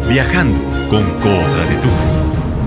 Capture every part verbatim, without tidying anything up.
Viajando con Cotradetur.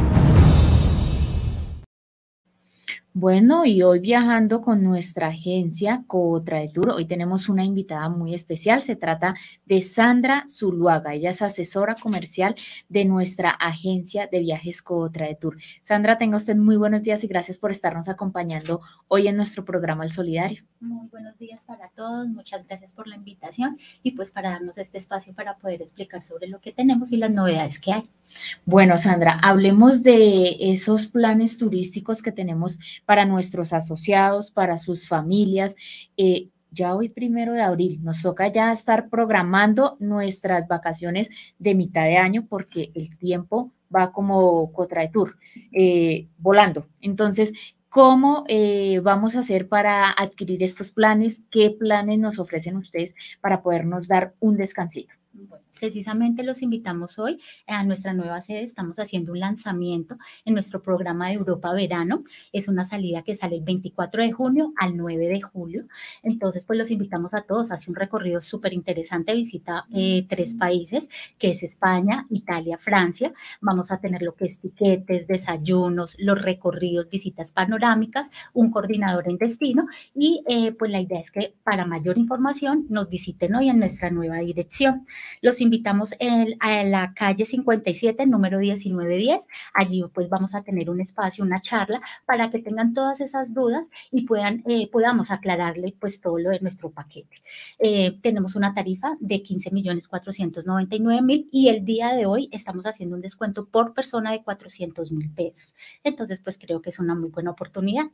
Bueno, y hoy viajando con nuestra agencia Cotradetur, hoy tenemos una invitada muy especial. Se trata de Sandra Zuluaga. Ella es asesora comercial de nuestra agencia de viajes Cotradetur. Sandra, tenga usted muy buenos días y gracias por estarnos acompañando hoy en nuestro programa El Solidario. Muy buenos días para todos, muchas gracias por la invitación y pues para darnos este espacio para poder explicar sobre lo que tenemos y las novedades que hay. Bueno, Sandra, hablemos de esos planes turísticos que tenemos para nuestros asociados, para sus familias. Eh, ya hoy, primero de abril, nos toca ya estar programando nuestras vacaciones de mitad de año porque el tiempo va como Cotradetur, eh, volando. Entonces, ¿cómo eh, vamos a hacer para adquirir estos planes? ¿Qué planes nos ofrecen ustedes para podernos dar un descansito? Bueno, precisamente los invitamos hoy a nuestra nueva sede. Estamos haciendo un lanzamiento en nuestro programa de Europa Verano. Es una salida que sale el veinticuatro de junio al nueve de julio. Entonces, pues los invitamos a todos. Hace un recorrido súper interesante. Visita eh, tres países, que es España, Italia, Francia. Vamos a tener lo que es tiquetes, desayunos, los recorridos, visitas panorámicas, un coordinador en destino y eh, pues la idea es que para mayor información nos visiten hoy en nuestra nueva dirección. Los invitamos en, a la calle cincuenta y siete, número diecinueve diez. Allí pues vamos a tener un espacio, una charla para que tengan todas esas dudas y puedan, eh, podamos aclararle pues todo lo de nuestro paquete. Eh, tenemos una tarifa de quince millones cuatrocientos noventa y nueve mil y el día de hoy estamos haciendo un descuento por persona de cuatrocientos mil pesos. Entonces pues creo que es una muy buena oportunidad.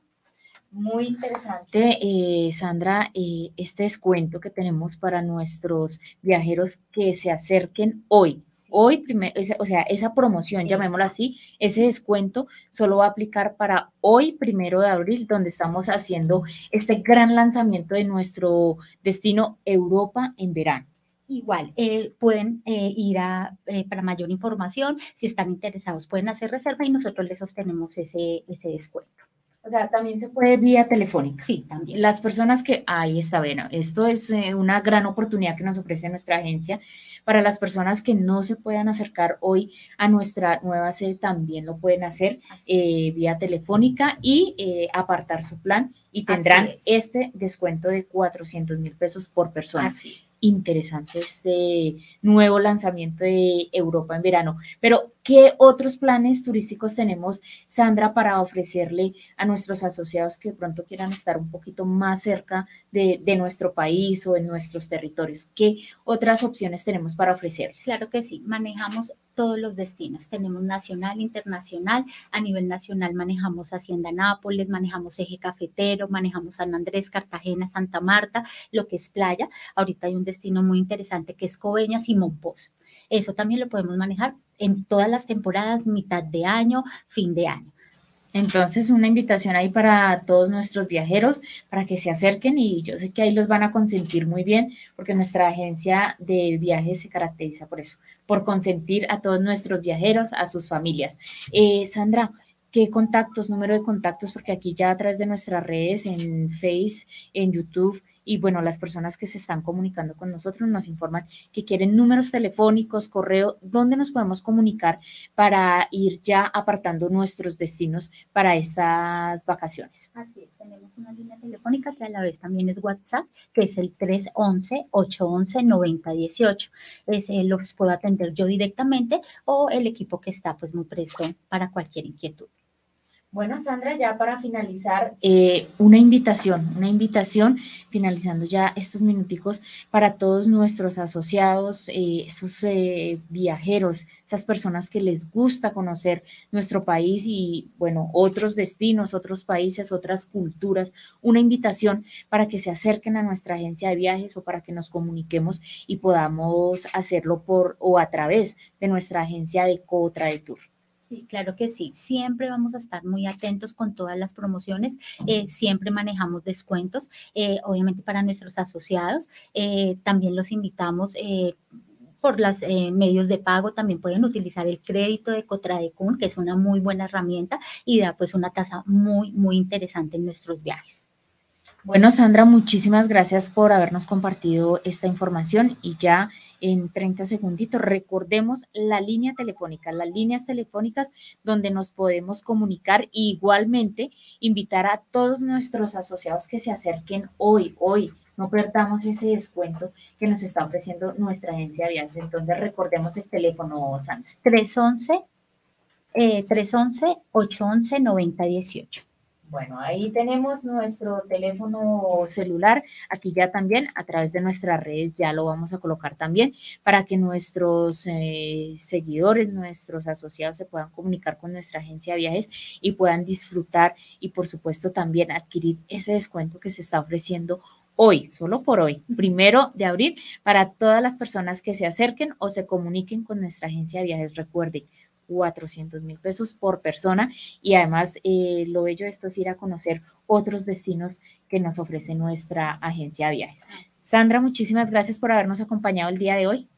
Muy interesante, eh, Sandra, eh, este descuento que tenemos para nuestros viajeros que se acerquen hoy. Sí. Hoy, primer, o sea, esa promoción, sí, llamémosla así, ese descuento solo va a aplicar para hoy, primero de abril, donde estamos haciendo este gran lanzamiento de nuestro destino Europa en verano. Igual, eh, pueden eh, ir a, eh, para mayor información, si están interesados pueden hacer reserva y nosotros les sostenemos ese, ese descuento. O sea, también se puede vía telefónica. Sí, también. Las personas que, ahí está, bueno, esto es eh, una gran oportunidad que nos ofrece nuestra agencia. Para las personas que no se puedan acercar hoy a nuestra nueva sede, también lo pueden hacer eh, vía telefónica y eh, apartar su plan y tendrán este descuento de cuatrocientos mil pesos por persona. Así es. Interesante este nuevo lanzamiento de Europa en verano. Pero, ¿qué otros planes turísticos tenemos, Sandra, para ofrecerle a nuestros asociados que de pronto quieran estar un poquito más cerca de, de nuestro país o en nuestros territorios? ¿Qué otras opciones tenemos para ofrecerles? Claro que sí, manejamos todos los destinos, tenemos nacional, internacional. A nivel nacional manejamos Hacienda Nápoles, manejamos Eje Cafetero, manejamos San Andrés, Cartagena, Santa Marta, lo que es playa. Ahorita hay un destino muy interesante que es Coveñas y Monpós. Eso también lo podemos manejar en todas las temporadas, mitad de año, fin de año. Entonces, una invitación ahí para todos nuestros viajeros para que se acerquen y yo sé que ahí los van a consentir muy bien porque nuestra agencia de viajes se caracteriza por eso, por consentir a todos nuestros viajeros, a sus familias. Eh, Sandra, ¿qué contactos, número de contactos? Porque aquí ya a través de nuestras redes, en Face, en YouTube, y bueno, las personas que se están comunicando con nosotros nos informan que quieren números telefónicos, correo, ¿dónde nos podemos comunicar para ir ya apartando nuestros destinos para estas vacaciones? Así es, tenemos una línea telefónica que a la vez también es WhatsApp, que es el tres once, ocho once, noventa dieciocho. Ese los puedo atender yo directamente o el equipo que está pues muy presto para cualquier inquietud. Bueno, Sandra, ya para finalizar, eh, una invitación, una invitación, finalizando ya estos minuticos para todos nuestros asociados, eh, esos eh, viajeros, esas personas que les gusta conocer nuestro país y, bueno, otros destinos, otros países, otras culturas, una invitación para que se acerquen a nuestra agencia de viajes o para que nos comuniquemos y podamos hacerlo por o a través de nuestra agencia de Cotradetur. Sí, claro que sí. Siempre vamos a estar muy atentos con todas las promociones. Eh, siempre manejamos descuentos, eh, obviamente para nuestros asociados. Eh, también los invitamos eh, por los eh, medios de pago. También pueden utilizar el crédito de Cotradecún, que es una muy buena herramienta y da pues una tasa muy, muy interesante en nuestros viajes. Bueno, Sandra, muchísimas gracias por habernos compartido esta información y ya en treinta segunditos recordemos la línea telefónica, las líneas telefónicas donde nos podemos comunicar e igualmente invitar a todos nuestros asociados que se acerquen hoy, hoy. No perdamos ese descuento que nos está ofreciendo nuestra agencia de viajes. Entonces recordemos el teléfono, Sandra. tres once, eh, tres once, ocho once, noventa dieciocho. Bueno, ahí tenemos nuestro teléfono celular, aquí ya también a través de nuestras redes ya lo vamos a colocar también para que nuestros eh, seguidores, nuestros asociados se puedan comunicar con nuestra agencia de viajes y puedan disfrutar y por supuesto también adquirir ese descuento que se está ofreciendo hoy, solo por hoy, primero de abril, para todas las personas que se acerquen o se comuniquen con nuestra agencia de viajes. Recuerden, cuatrocientos mil pesos por persona y además eh, lo bello de esto es ir a conocer otros destinos que nos ofrece nuestra agencia de viajes. Sandra, muchísimas gracias por habernos acompañado el día de hoy.